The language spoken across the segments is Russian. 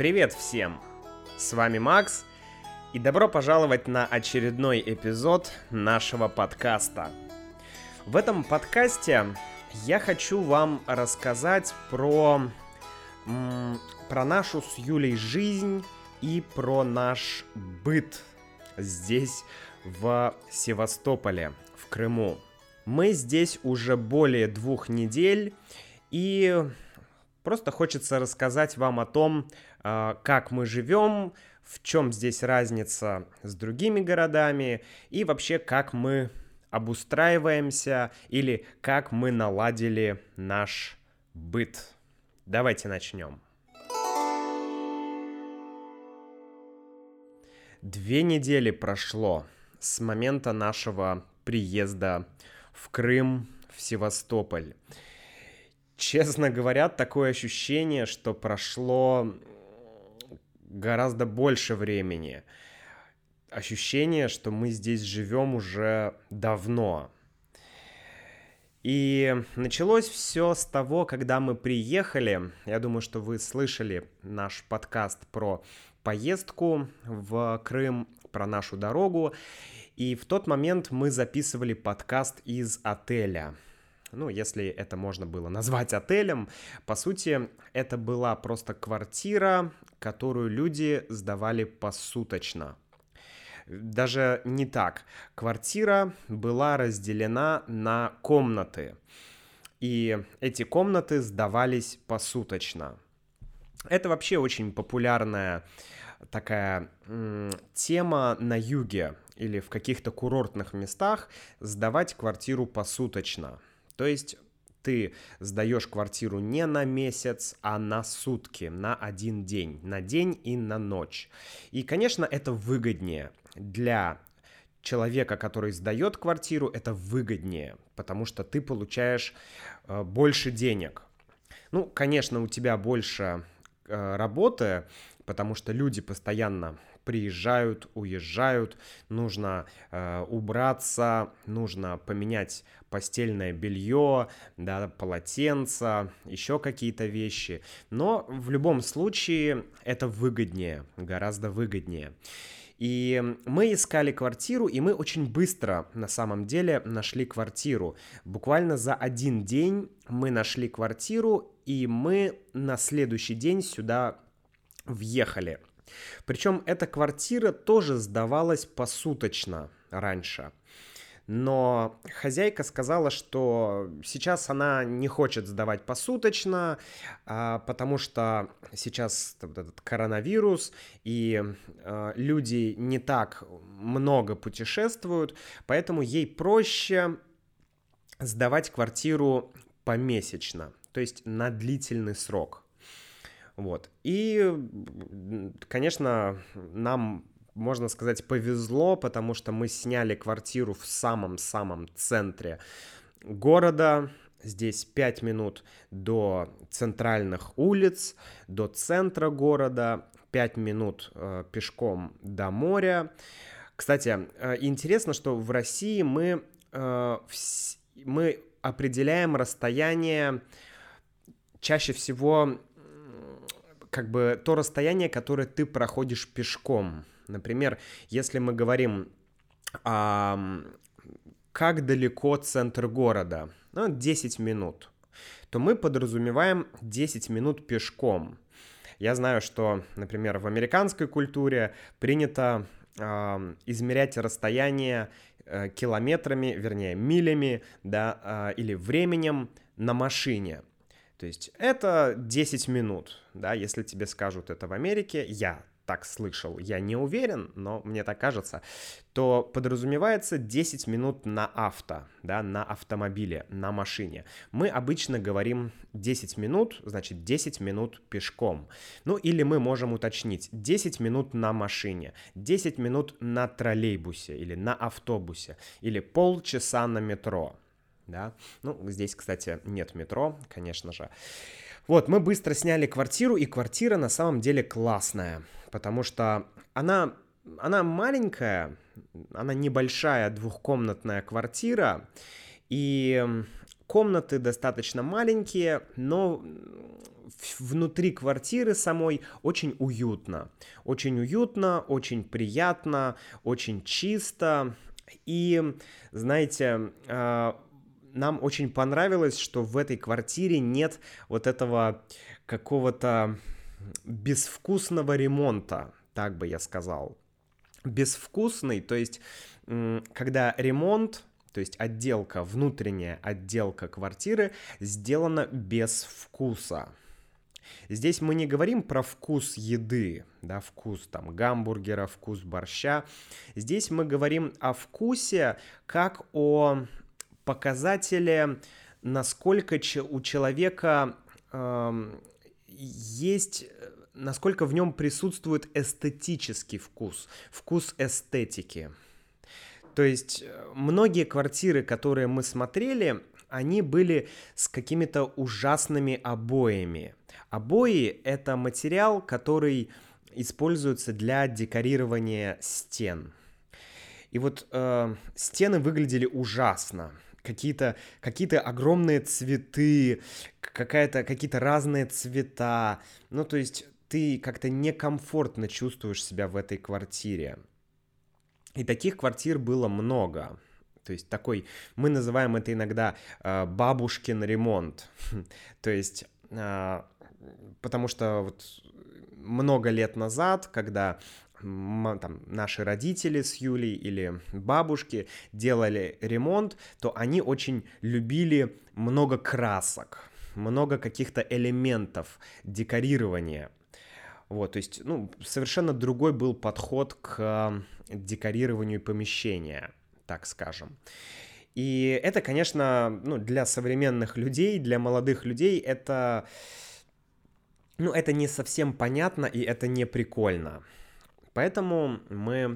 Привет всем! С вами Макс, и добро пожаловать на очередной эпизод нашего подкаста. В этом подкасте я хочу вам рассказать про нашу с Юлей жизнь и про наш быт здесь, в Севастополе, в Крыму. Мы здесь уже более 2 недель, и просто хочется рассказать вам о том, как мы живем, в чем здесь разница с другими городами и вообще как мы обустраиваемся или как мы наладили наш быт. Давайте начнем. 2 недели прошло с момента нашего приезда в Крым, в Севастополь. Честно говоря, такое ощущение, что прошло гораздо больше времени. Ощущение, что мы здесь живем уже давно. И началось все с того, когда мы приехали. Я думаю, что вы слышали наш подкаст про поездку в Крым, про нашу дорогу. И в тот момент мы записывали подкаст из отеля. Если это можно было назвать отелем, по сути, это была просто квартира, которую люди сдавали посуточно. Даже не так. Квартира была разделена на комнаты, и эти комнаты сдавались посуточно. Это вообще очень популярная такая тема на юге или в каких-то курортных местах сдавать квартиру посуточно. То есть ты сдаешь квартиру не на месяц, а на сутки, на 1 день, на день и на ночь. И, конечно, это выгоднее для человека, который сдает квартиру, это выгоднее, потому что ты получаешь больше денег. Конечно, у тебя больше работы, потому что люди постоянно приезжают, уезжают, нужно убраться, нужно поменять постельное белье, полотенца, еще какие-то вещи. Но в любом случае это выгоднее, гораздо выгоднее. И мы искали квартиру, и мы очень быстро, на самом деле, нашли квартиру. Буквально за 1 день мы нашли квартиру, и мы на следующий день сюда въехали. Причем эта квартира тоже сдавалась посуточно раньше. Но хозяйка сказала, что сейчас она не хочет сдавать посуточно, потому что сейчас этот коронавирус, и люди не так много путешествуют, поэтому ей проще сдавать квартиру помесячно, то есть на длительный срок. И, конечно, нам, можно сказать, повезло, потому что мы сняли квартиру в самом-самом центре города. Здесь 5 минут до центральных улиц, до центра города, 5 минут пешком до моря. Кстати, интересно, что в России мы определяем расстояние чаще всего то расстояние, которое ты проходишь пешком. Например, если мы говорим, как далеко центр города, 10 минут, то мы подразумеваем 10 минут пешком. Я знаю, что, например, в американской культуре принято измерять расстояние километрами, вернее, милями, или временем на машине. То есть это 10 минут, если тебе скажут это в Америке, я так слышал, я не уверен, но мне так кажется, то подразумевается 10 минут на авто, на автомобиле, на машине. Мы обычно говорим 10 минут, значит 10 минут пешком. Или мы можем уточнить 10 минут на машине, 10 минут на троллейбусе или на автобусе, или полчаса на метро. Здесь, кстати, нет метро, конечно же. Мы быстро сняли квартиру, и квартира на самом деле классная, потому что она маленькая, она небольшая двухкомнатная квартира, и комнаты достаточно маленькие, но внутри квартиры самой очень уютно. Очень уютно, очень приятно, очень чисто. И, знаете, нам очень понравилось, что в этой квартире нет вот этого какого-то безвкусного ремонта, так бы я сказал. Безвкусный, то есть, когда ремонт, то есть отделка, внутренняя отделка квартиры сделана без вкуса. Здесь мы не говорим про вкус еды, да, вкус там гамбургера, вкус борща. Здесь мы говорим о вкусе как о показателе, насколько у человека есть, насколько в нем присутствует эстетический вкус, вкус эстетики. То есть многие квартиры, которые мы смотрели, они были с какими-то ужасными обоями. Обои — это материал, который используется для декорирования стен. И вот стены выглядели ужасно. Какие-то огромные цветы, какие-то разные цвета. Ну, то есть ты как-то некомфортно чувствуешь себя в этой квартире. И таких квартир было много. То есть такой, мы называем это иногда бабушкин ремонт. То есть, потому что вот много лет назад, когда там, наши родители с Юлей или бабушки делали ремонт, то они очень любили много красок, много каких-то элементов декорирования. Вот, то есть, ну, совершенно другой был подход к декорированию помещения, так скажем. И это, конечно, ну, для современных людей, для молодых людей это, ну, это не совсем понятно и это не прикольно. Поэтому мы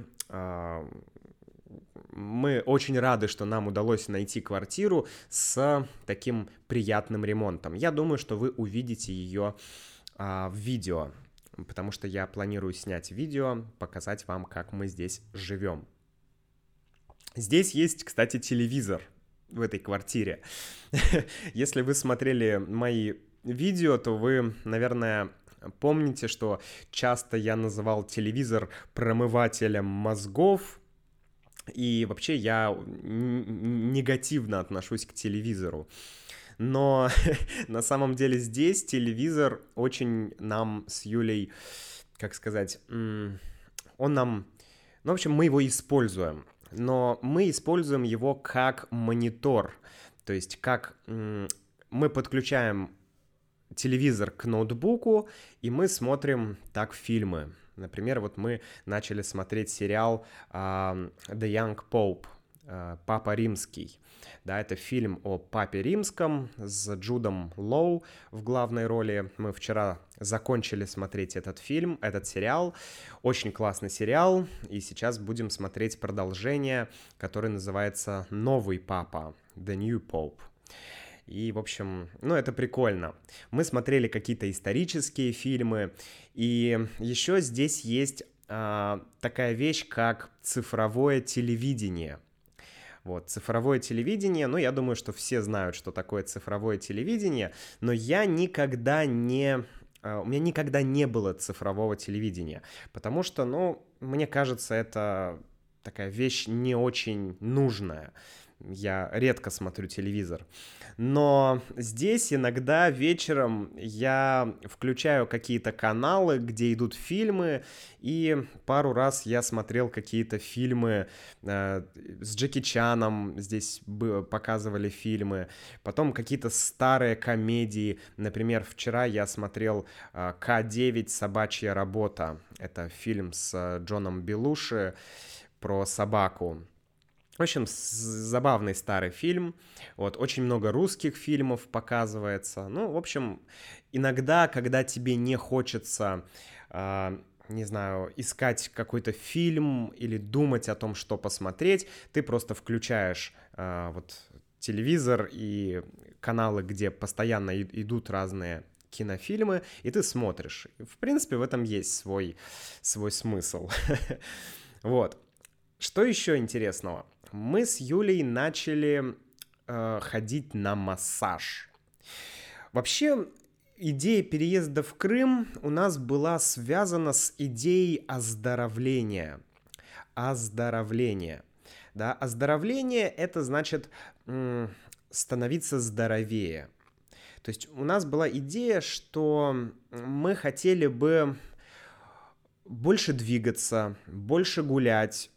очень рады, что нам удалось найти квартиру с таким приятным ремонтом. Я думаю, что вы увидите ее в видео, потому что я планирую снять видео, показать вам, как мы здесь живем. Здесь есть, кстати, телевизор в этой квартире. Если вы смотрели мои видео, то вы, наверное, помните, что часто я называл телевизор промывателем мозгов, и вообще я негативно отношусь к телевизору. Но на самом деле здесь телевизор очень нам с Юлей, как сказать, он нам... Ну, в общем, мы его используем, но мы используем его как монитор, то есть как мы подключаем телевизор к ноутбуку, и мы смотрим так фильмы. Например, вот мы начали смотреть сериал The Young Pope, Папа Римский. Да, это фильм о Папе Римском с Джудом Лоу в главной роли. Мы вчера закончили смотреть этот фильм, этот сериал. Очень классный сериал. И сейчас будем смотреть продолжение, которое называется «Новый Папа», The New Pope. И, в общем, ну, это прикольно. Мы смотрели какие-то исторические фильмы. И еще здесь есть такая вещь, как цифровое телевидение. Вот, цифровое телевидение, ну, я думаю, что все знают, что такое цифровое телевидение, но у меня никогда не было цифрового телевидения, потому что, ну, мне кажется, это такая вещь не очень нужная. Я редко смотрю телевизор. Но здесь иногда вечером я включаю какие-то каналы, где идут фильмы, и пару раз я смотрел какие-то фильмы с Джеки Чаном, здесь показывали фильмы, потом какие-то старые комедии. Например, вчера я смотрел К9 «Собачья работа». Это фильм с Джоном Белуши про собаку. В общем, забавный старый фильм. Вот, очень много русских фильмов показывается. Ну, в общем, иногда, когда тебе не хочется, не знаю, искать какой-то фильм или думать о том, что посмотреть, ты просто включаешь вот телевизор и каналы, где постоянно идут разные кинофильмы, и ты смотришь. В принципе, в этом есть свой смысл. Вот. Что еще интересного? Мы с Юлей начали ходить на массаж. Вообще, идея переезда в Крым у нас была связана с идеей оздоровления. Оздоровление. Да? Оздоровление — это значит становиться здоровее. То есть у нас была идея, что мы хотели бы больше двигаться, больше гулять,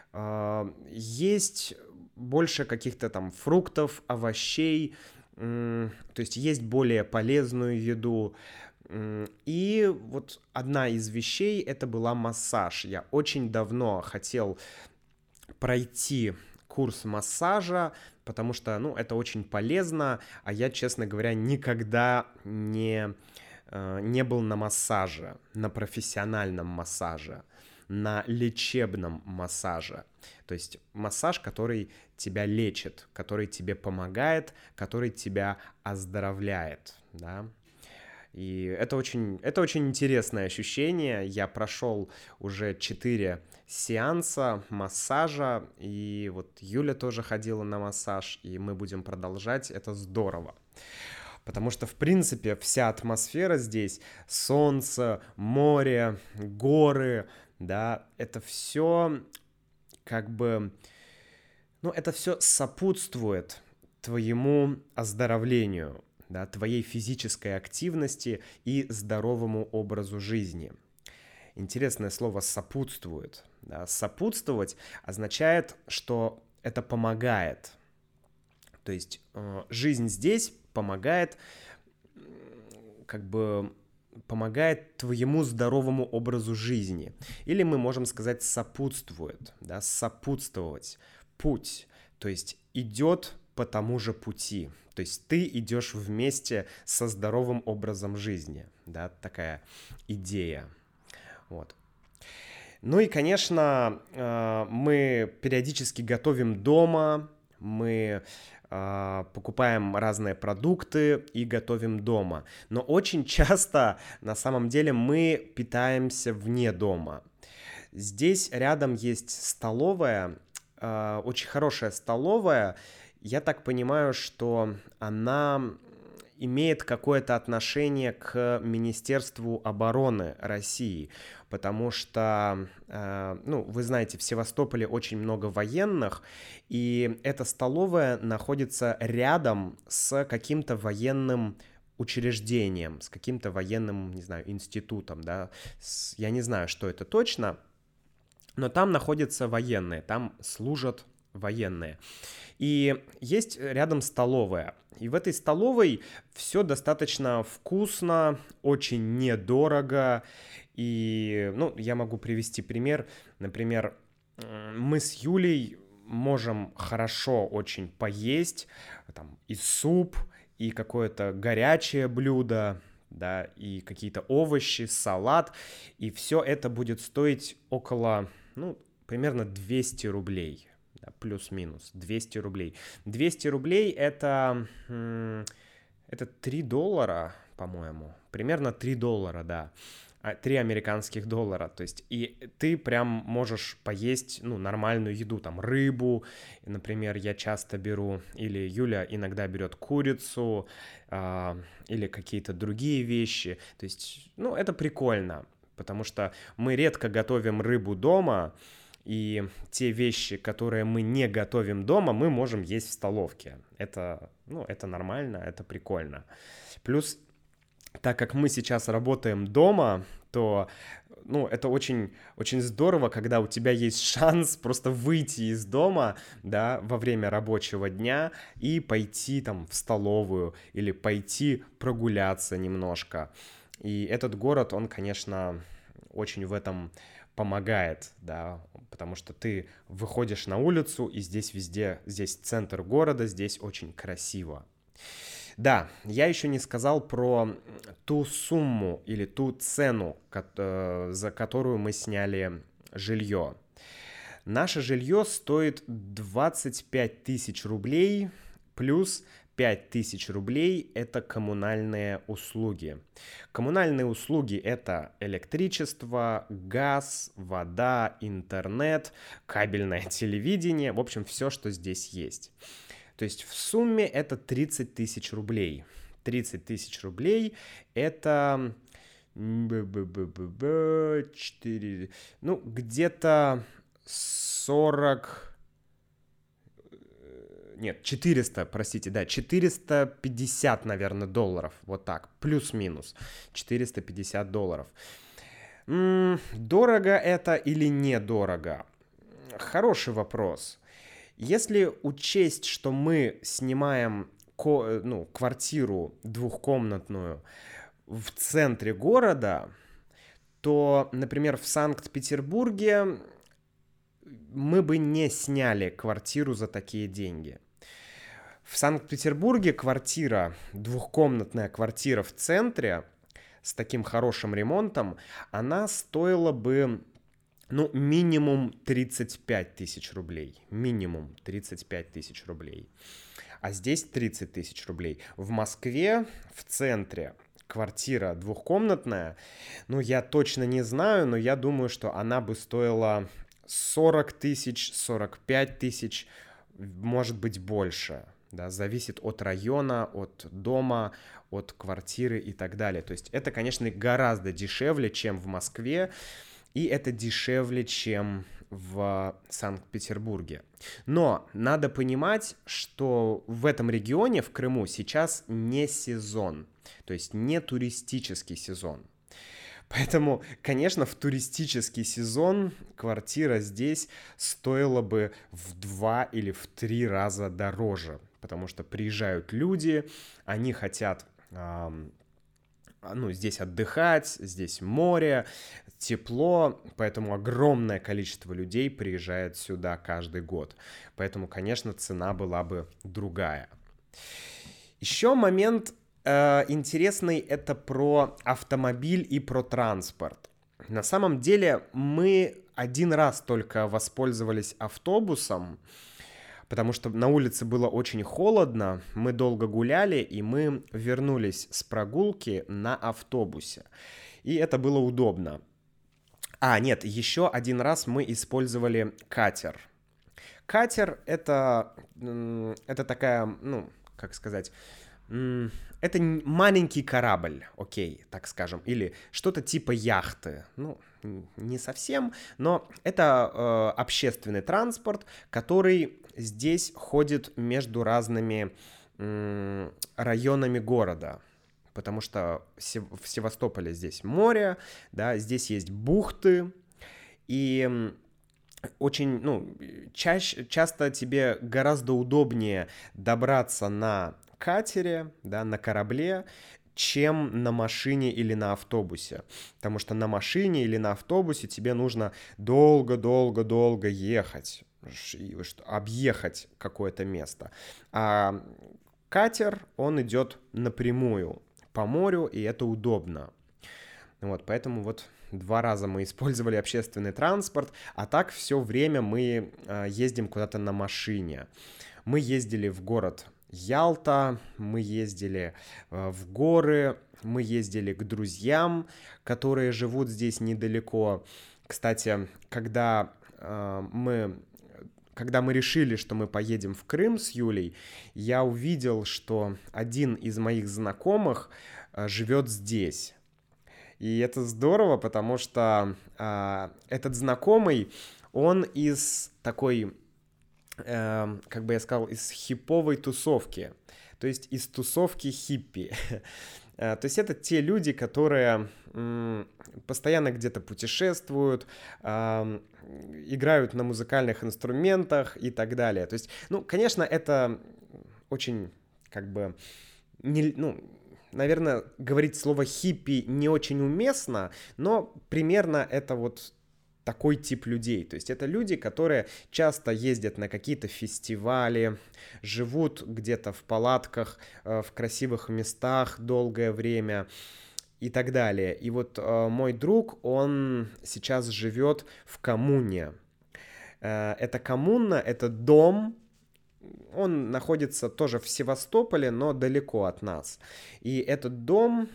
есть больше каких-то там фруктов, овощей, то есть есть более полезную еду. И вот одна из вещей — это была массаж. Я очень давно хотел пройти курс массажа, потому что, это очень полезно, а я, честно говоря, никогда не был на массаже, на профессиональном массаже, на лечебном массаже. То есть массаж, который тебя лечит, который тебе помогает, который тебя оздоровляет, да. И это очень интересное ощущение. Я прошел уже 4 сеанса массажа, и вот Юля тоже ходила на массаж, и мы будем продолжать. Это здорово. Потому что, в принципе, вся атмосфера здесь, солнце, море, горы, да, это все это все сопутствует твоему оздоровлению, да, твоей физической активности и здоровому образу жизни. Интересное слово «сопутствует». Да. Сопутствовать означает, что это помогает. То есть жизнь здесь помогает твоему здоровому образу жизни. Или мы можем сказать «сопутствует», да, сопутствовать, путь, то есть идет по тому же пути. То есть ты идешь вместе со здоровым образом жизни, да, такая идея. Вот. Ну и, конечно, мы периодически готовим дома, мы покупаем разные продукты и готовим дома. Но очень часто, на самом деле, мы питаемся вне дома. Здесь рядом есть столовая, очень хорошая столовая. Я так понимаю, что она имеет какое-то отношение к Министерству обороны России, потому что, вы знаете, в Севастополе очень много военных, и эта столовая находится рядом с каким-то военным учреждением, с каким-то военным, не знаю, институтом, да, я не знаю, что это точно, но там находятся военные, там служат военные. И есть рядом столовая. И в этой столовой все достаточно вкусно, очень недорого. И, я могу привести пример. Например, мы с Юлей можем хорошо очень поесть, там, и суп, и какое-то горячее блюдо, да, и какие-то овощи, салат. И все это будет стоить около, примерно 200 рублей. Плюс-минус 200 рублей. 200 рублей это $3, по-моему. Примерно $3, да. 3 американских доллара. То есть, и ты прям можешь поесть, нормальную еду, там, рыбу, например, я часто беру, или Юля иногда берет курицу, или какие-то другие вещи. То есть, это прикольно, потому что мы редко готовим рыбу дома, и те вещи, которые мы не готовим дома, мы можем есть в столовке. Это нормально, это прикольно. Плюс, так как мы сейчас работаем дома, то, это очень, очень здорово, когда у тебя есть шанс просто выйти из дома, да, во время рабочего дня и пойти там в столовую или пойти прогуляться немножко. И этот город, он, конечно, очень в этом помогает, да, потому что ты выходишь на улицу, и здесь везде, здесь центр города, здесь очень красиво. Да, я еще не сказал про ту сумму или ту цену, за которую мы сняли жилье. Наше жилье стоит 25 тысяч рублей плюс 5 тысяч рублей – это коммунальные услуги. Коммунальные услуги – это электричество, газ, вода, интернет, кабельное телевидение, в общем, все, что здесь есть. То есть в сумме это 30 тысяч рублей. 30 тысяч рублей — это 4, ну, где-то 40... Нет, 400, простите, да, 450, наверное, долларов, вот так, плюс-минус, $450. Дорого это или недорого? Хороший вопрос. Если учесть, что мы снимаем квартиру двухкомнатную в центре города, то, например, в Санкт-Петербурге мы бы не сняли квартиру за такие деньги. В Санкт-Петербурге двухкомнатная квартира в центре с таким хорошим ремонтом, она стоила бы, минимум 35 тысяч рублей. Минимум 35 тысяч рублей. А здесь 30 тысяч рублей. В Москве, в центре, квартира двухкомнатная, я точно не знаю, но я думаю, что она бы стоила 40 тысяч, 45 тысяч, может быть, больше. Да, зависит от района, от дома, от квартиры и так далее. То есть это, конечно, гораздо дешевле, чем в Москве, и это дешевле, чем в Санкт-Петербурге. Но надо понимать, что в этом регионе, в Крыму, сейчас не сезон, то есть не туристический сезон. Поэтому, конечно, в туристический сезон квартира здесь стоила бы в 2 или в 3 раза дороже, потому что приезжают люди, они хотят здесь отдыхать, здесь море, тепло, поэтому огромное количество людей приезжает сюда каждый год. Поэтому, конечно, цена была бы другая. Еще момент интересный — это про автомобиль и про транспорт. На самом деле мы один раз только воспользовались автобусом, потому что на улице было очень холодно, мы долго гуляли, и мы вернулись с прогулки на автобусе. И это было удобно. Нет, еще один раз мы использовали катер. Катер — это такая, как сказать... Это маленький корабль, окей, так скажем, или что-то типа яхты. Не совсем, но это общественный транспорт, который здесь ходит между разными районами города. Потому что в Севастополе здесь море, да, здесь есть бухты, и очень, часто тебе гораздо удобнее добраться на катере, да, на корабле, чем на машине или на автобусе. Потому что на машине или на автобусе тебе нужно долго-долго-долго ехать, объехать какое-то место. А катер, он идет напрямую по морю, и это удобно. Поэтому 2 раза мы использовали общественный транспорт, а так все время мы ездим куда-то на машине. Мы ездили в город Ялта, мы ездили в горы, мы ездили к друзьям, которые живут здесь недалеко. Кстати, когда мы решили, что мы поедем в Крым с Юлей, я увидел, что один из моих знакомых живет здесь. И это здорово, потому что этот знакомый, он из такой... как бы я сказал, из хиповой тусовки, то есть из тусовки хиппи. То есть это те люди, которые постоянно где-то путешествуют, играют на музыкальных инструментах и так далее. То есть, конечно, это очень, наверное, говорить слово хиппи не очень уместно, но примерно это такой тип людей. То есть это люди, которые часто ездят на какие-то фестивали, живут где-то в палатках, в красивых местах долгое время и так далее. И мой друг, он сейчас живет в коммуне. Это коммуна, это дом, он находится тоже в Севастополе, но далеко от нас. И этот дом,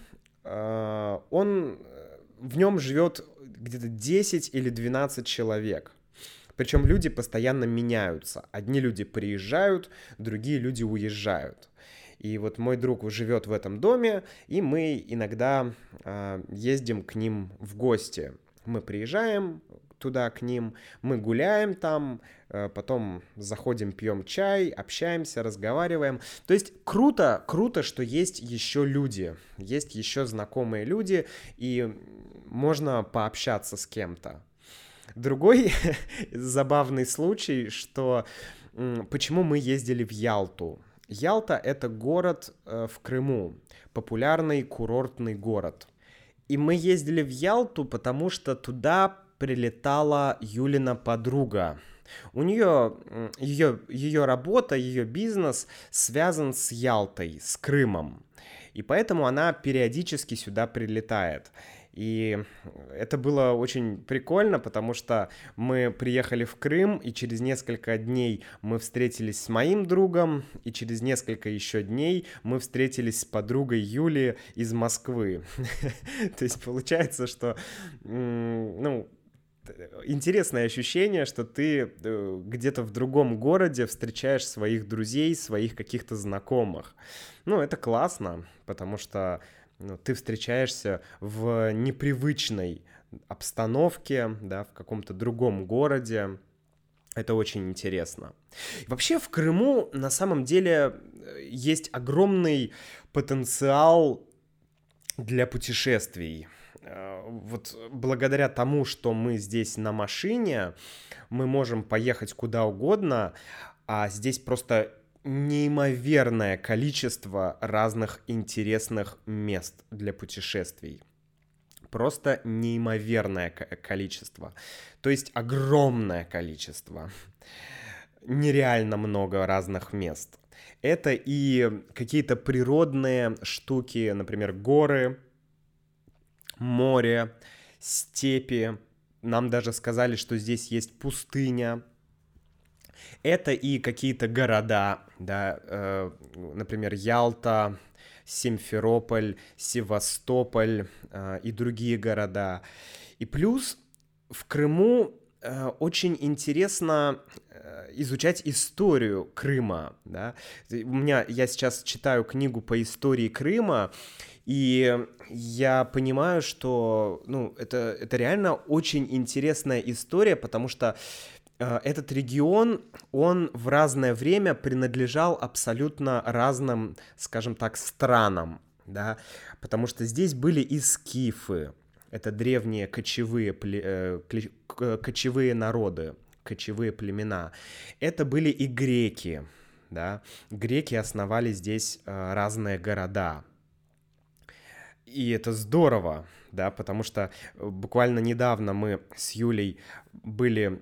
в нем живет где-то 10 или 12 человек. Причем люди постоянно меняются. Одни люди приезжают, другие люди уезжают. И вот мой друг живет в этом доме, и мы иногда ездим к ним в гости. Мы приезжаем туда к ним, мы гуляем там, потом заходим, пьем чай, общаемся, разговариваем. То есть круто, что есть еще люди, есть еще знакомые люди, и можно пообщаться с кем-то. Другой забавный случай, что почему мы ездили в Ялту. Ялта — это город в Крыму, популярный курортный город. И мы ездили в Ялту, потому что туда прилетала Юлина подруга. У нее ее работа, ее бизнес связан с Ялтой, с Крымом. И поэтому она периодически сюда прилетает. И это было очень прикольно, потому что мы приехали в Крым, и через несколько дней мы встретились с моим другом, и через несколько еще дней мы встретились с подругой Юли из Москвы. То есть получается, что, интересное ощущение, что ты где-то в другом городе встречаешь своих друзей, своих каких-то знакомых. Это классно, потому что ты встречаешься в непривычной обстановке, да, в каком-то другом городе. Это очень интересно. И вообще в Крыму на самом деле есть огромный потенциал для путешествий. Вот благодаря тому, что мы здесь на машине, мы можем поехать куда угодно, а здесь просто неимоверное количество разных интересных мест для путешествий. Просто неимоверное количество. То есть огромное количество. Нереально много разных мест. Это и какие-то природные штуки, например, горы, море, степи. Нам даже сказали, что здесь есть пустыня. Это и какие-то города, да, например, Ялта, Симферополь, Севастополь и другие города. И плюс в Крыму очень интересно изучать историю Крыма, да. Я сейчас читаю книгу по истории Крыма, и я понимаю, что это реально очень интересная история, потому что этот регион, он в разное время принадлежал абсолютно разным, скажем так, странам, да, потому что здесь были и скифы, это древние кочевые народы, кочевые племена, это были и греки, да, греки основали здесь разные города. И это здорово, да, потому что буквально недавно мы с Юлей были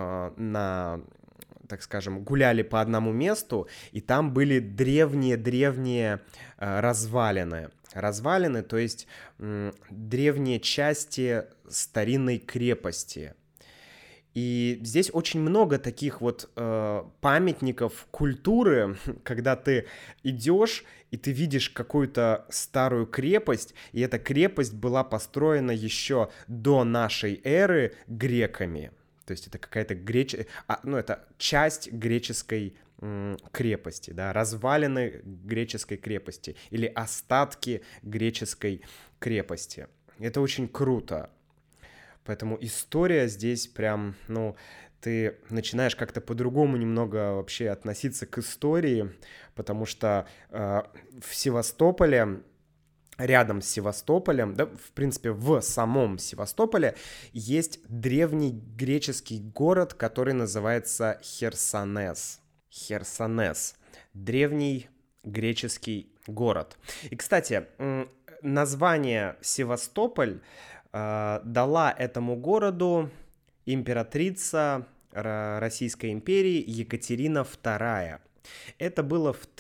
так скажем, гуляли по одному месту, и там были древние развалины. Развалины, то есть древние части старинной крепости. И здесь очень много таких вот памятников культуры, когда ты идешь и ты видишь какую-то старую крепость, и эта крепость была построена еще до нашей эры греками. То есть это какая-то это часть греческой крепости, да, развалины греческой крепости или остатки греческой крепости. Это очень круто. Поэтому история здесь прям, ты начинаешь как-то по-другому немного вообще относиться к истории, потому что в Севастополе, рядом с Севастополем, да, в принципе, в самом Севастополе есть древний греческий город, который называется Херсонес. Херсонес. Древний греческий город. И, кстати, название Севастополь дала этому городу императрица Российской империи Екатерина II. Это было в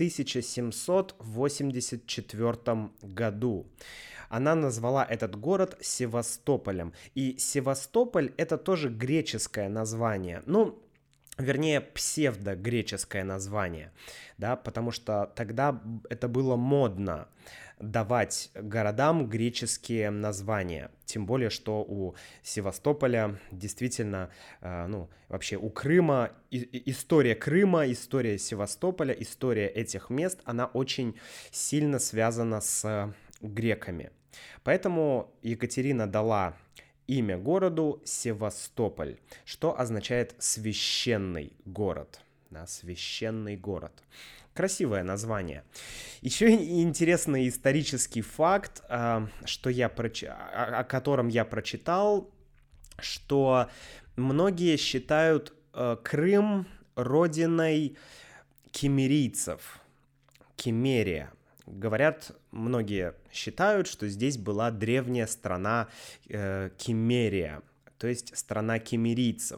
1784 году. Она назвала этот город Севастополем. И Севастополь — это тоже греческое название. вернее, псевдогреческое название, да, потому что тогда это было модно давать городам греческие названия, тем более, что у Севастополя действительно, ну, вообще у Крыма, история Крыма, история Севастополя, история этих мест, она очень сильно связана с греками. Поэтому Екатерина дала имя городу Севастополь, что означает «священный город». Да, священный город. Красивое название. Еще интересный исторический факт, о котором я прочитал, что многие считают Крым родиной киммерийцев. Киммерия. Говорят, многие считают, что здесь была древняя страна Киммерия, то есть страна киммерийцев.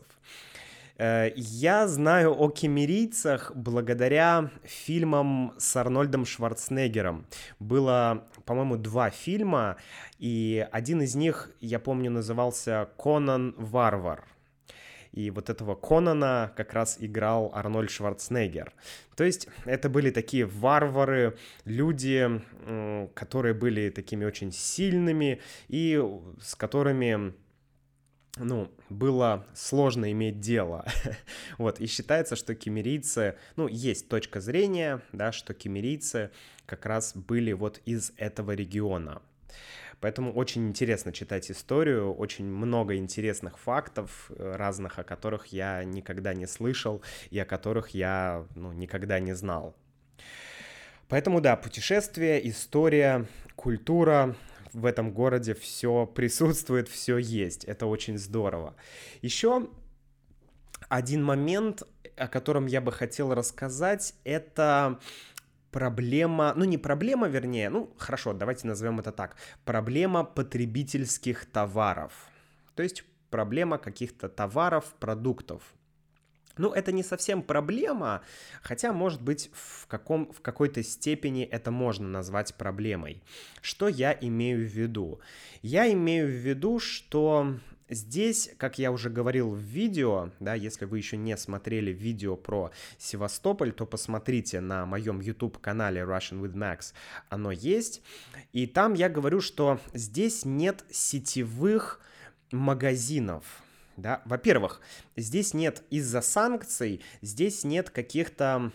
Я знаю о киммерийцах благодаря фильмам с Арнольдом Шварценеггером. Было, по-моему, 2 фильма, и один из них, я помню, назывался «Конан Варвар». И вот этого Конана как раз играл Арнольд Шварценеггер. То есть это были такие варвары, люди, которые были такими очень сильными и с которыми, ну, было сложно иметь дело. Вот, и считается, что киммерийцы, ну, есть точка зрения, да, что киммерийцы как раз были вот из этого региона. Поэтому очень интересно читать историю, очень много интересных фактов разных, о которых я никогда не слышал и о которых я, ну, никогда не знал. Поэтому, да, путешествие, история, культура, в этом городе все присутствует, все есть. Это очень здорово. Еще один момент, о котором я бы хотел рассказать, это проблема, ну не проблема, вернее, ну хорошо, давайте назовем это так. Проблема потребительских товаров. То есть проблема каких-то товаров, продуктов. Ну, это не совсем проблема, хотя, может быть, в какой-то степени это можно назвать проблемой. Что я имею в виду? Я имею в виду, что здесь, как я уже говорил в видео, да, если вы еще не смотрели видео про Севастополь, то посмотрите на моем YouTube-канале Russian with Max, оно есть. И там я говорю, что здесь нет сетевых магазинов. Да? Во-первых, здесь нет из-за санкций, здесь нет каких-то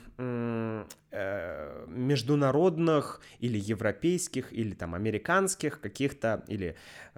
международных или европейских, или там американских каких-то, или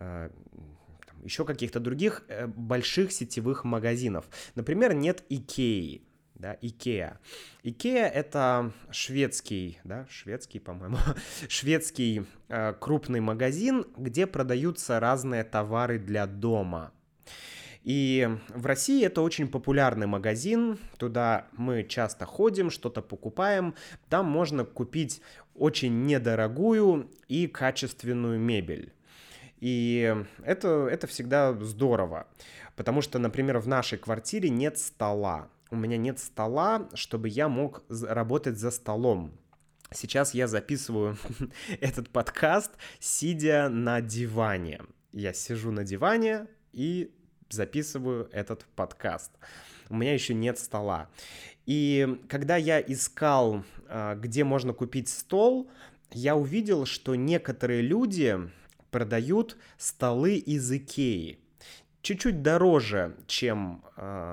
еще каких-то других больших сетевых магазинов. Например, нет Икеи. Да, Икеа. Икеа — это шведский, да, шведский, по-моему, шведский крупный магазин, где продаются разные товары для дома. И в России это очень популярный магазин, туда мы часто ходим, что-то покупаем, там можно купить очень недорогую и качественную мебель. И это всегда здорово, потому что, например, в нашей квартире нет стола. У меня нет стола, чтобы я мог работать за столом. Сейчас я записываю этот подкаст, сидя на диване. Я сижу на диване и записываю этот подкаст. У меня еще нет стола. И когда я искал, где можно купить стол, я увидел, что некоторые люди продают столы из Икеи. Чуть-чуть дороже, чем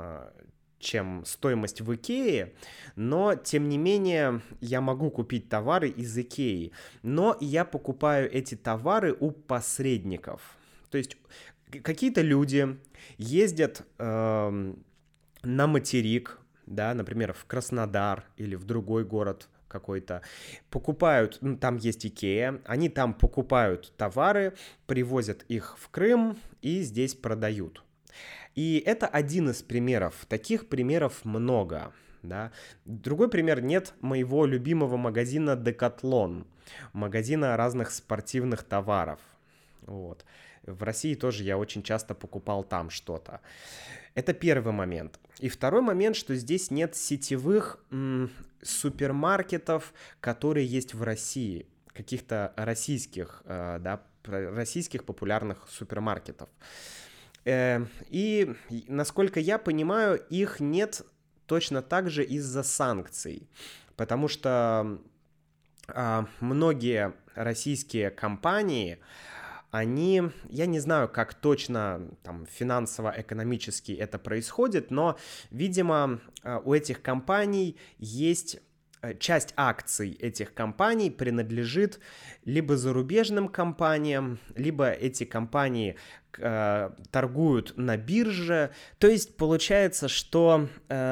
стоимость в Икее, но, тем не менее, я могу купить товары из Икеи. Но я покупаю эти товары у посредников. То есть какие-то люди ездят на материк, да, например, в Краснодар или в другой город какой-то, покупают, ну, там есть Икеа, они там покупают товары, привозят их в Крым и здесь продают. И это один из примеров. Таких примеров много. Да? Другой пример: нет моего любимого магазина Decathlon, магазина разных спортивных товаров. Вот. В России тоже я очень часто покупал там что-то. Это первый момент. И второй момент, что здесь нет сетевых супермаркетов, которые есть в России, каких-то российских, да, российских популярных супермаркетов. И, насколько я понимаю, их нет точно так же из-за санкций, потому что многие российские компании, я не знаю, как точно там финансово-экономически это происходит, но, видимо, у этих компаний есть часть акций этих компаний принадлежит либо зарубежным компаниям, либо эти компании торгуют на бирже. То есть получается, что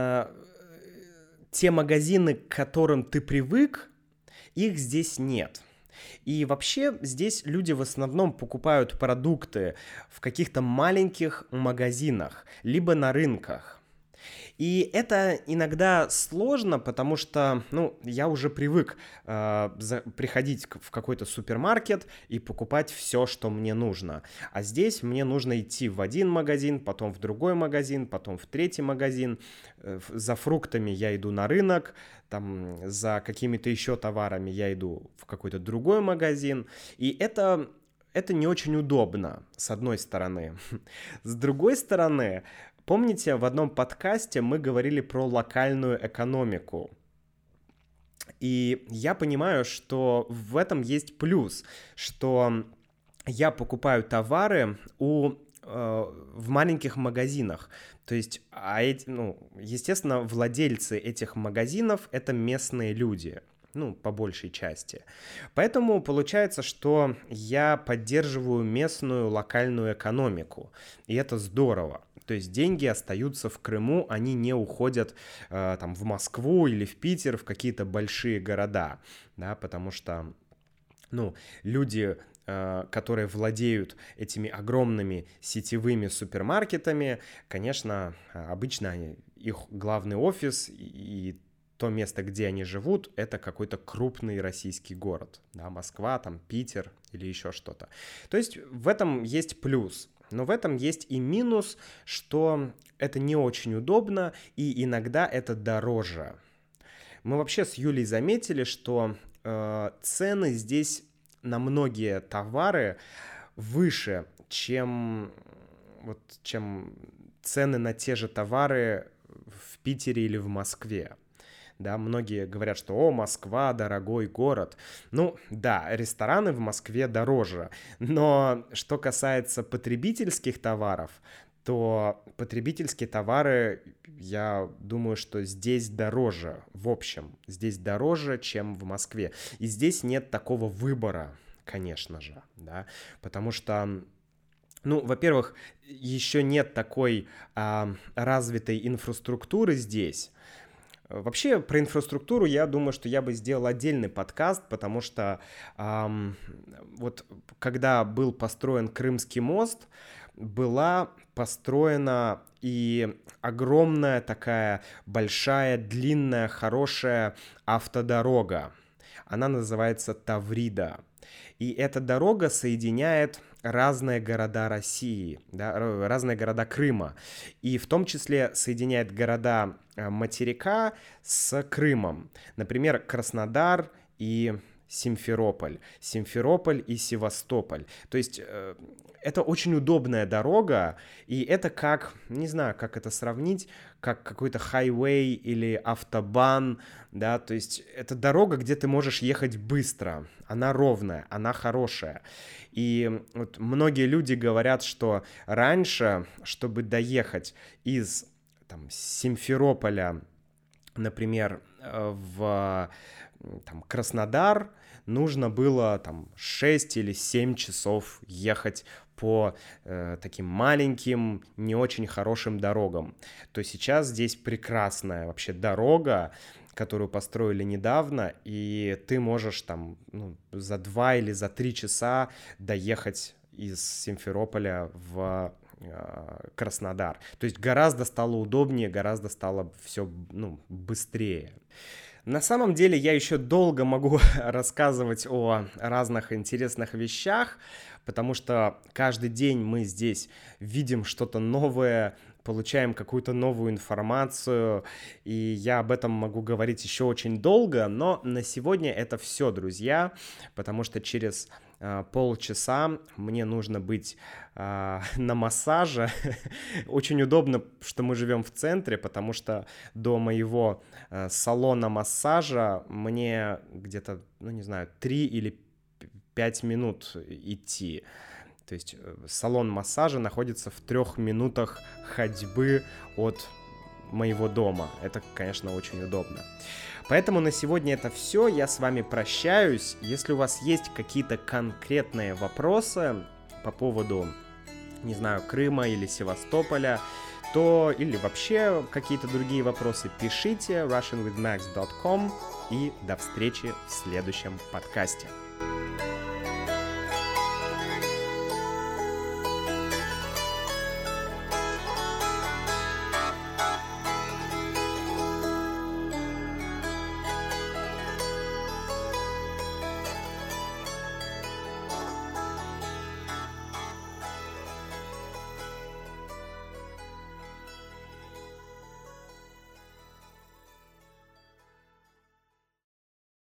те магазины, к которым ты привык, их здесь нет. И вообще здесь люди в основном покупают продукты в каких-то маленьких магазинах, либо на рынках. И это иногда сложно, потому что, я уже привык приходить в какой-то супермаркет и покупать все, что мне нужно. А здесь мне нужно идти в один магазин, потом в другой магазин, потом в третий магазин. За фруктами я иду на рынок, там, за какими-то еще товарами я иду в какой-то другой магазин. И это не очень удобно, с одной стороны. С другой стороны, помните, в одном подкасте мы говорили про локальную экономику. И я понимаю, что в этом есть плюс, что я покупаю товары в маленьких магазинах. То есть, естественно, владельцы этих магазинов — это местные люди. По большей части. Поэтому получается, что я поддерживаю местную локальную экономику. И это здорово. То есть деньги остаются в Крыму, они не уходят в Москву или в Питер, в какие-то большие города. Да, потому что люди, которые владеют этими огромными сетевыми супермаркетами, конечно, обычно их главный офис и то место, где они живут, это какой-то крупный российский город. Да, Москва, Питер или еще что-то. То есть в этом есть плюс. Но в этом есть и минус, что это не очень удобно и иногда это дороже. Мы вообще с Юлей заметили, что цены здесь на многие товары выше, чем цены на те же товары в Питере или в Москве. Да, многие говорят, что Москва — дорогой город. Да, рестораны в Москве дороже. Но что касается потребительских товаров, то потребительские товары, я думаю, что здесь дороже. В общем, здесь дороже, чем в Москве. И здесь нет такого выбора, конечно же, да, потому что во-первых, еще нет такой развитой инфраструктуры здесь. Вообще, про инфраструктуру, я думаю, что я бы сделал отдельный подкаст, потому что когда был построен Крымский мост, была построена и огромная такая большая, длинная, хорошая автодорога. Она называется Таврида. И эта дорога соединяет разные города России, да, разные города Крыма. И в том числе соединяет города материка с Крымом. Например, Краснодар и Симферополь и Севастополь. То есть это очень удобная дорога, и это как, не знаю, как это сравнить, как какой-то хайвей или автобан, да, то есть это дорога, где ты можешь ехать быстро, она ровная, она хорошая. И вот многие люди говорят, что раньше, чтобы доехать из Симферополя, например, в Краснодар, нужно было 6 или 7 часов ехать по таким маленьким, не очень хорошим дорогам. То сейчас здесь прекрасная вообще дорога, которую построили недавно, и ты можешь за 2 или за 3 часа доехать из Симферополя в Краснодар. То есть гораздо стало удобнее, гораздо стало все быстрее. На самом деле я еще долго могу рассказывать о разных интересных вещах, потому что каждый день мы здесь видим что-то новое, получаем какую-то новую информацию, и я об этом могу говорить еще очень долго, но на сегодня это все, друзья, потому что через полчаса мне нужно быть на массаже. Очень удобно, что мы живем в центре, потому что до моего салона массажа мне где-то, 3 или 5 минут идти. То есть салон массажа находится в 3 минутах ходьбы от моего дома. Это, конечно, очень удобно. Поэтому на сегодня это все. Я с вами прощаюсь. Если у вас есть какие-то конкретные вопросы по поводу, Крыма или Севастополя, или вообще какие-то другие вопросы, пишите russianwithmax.com, и до встречи в следующем подкасте.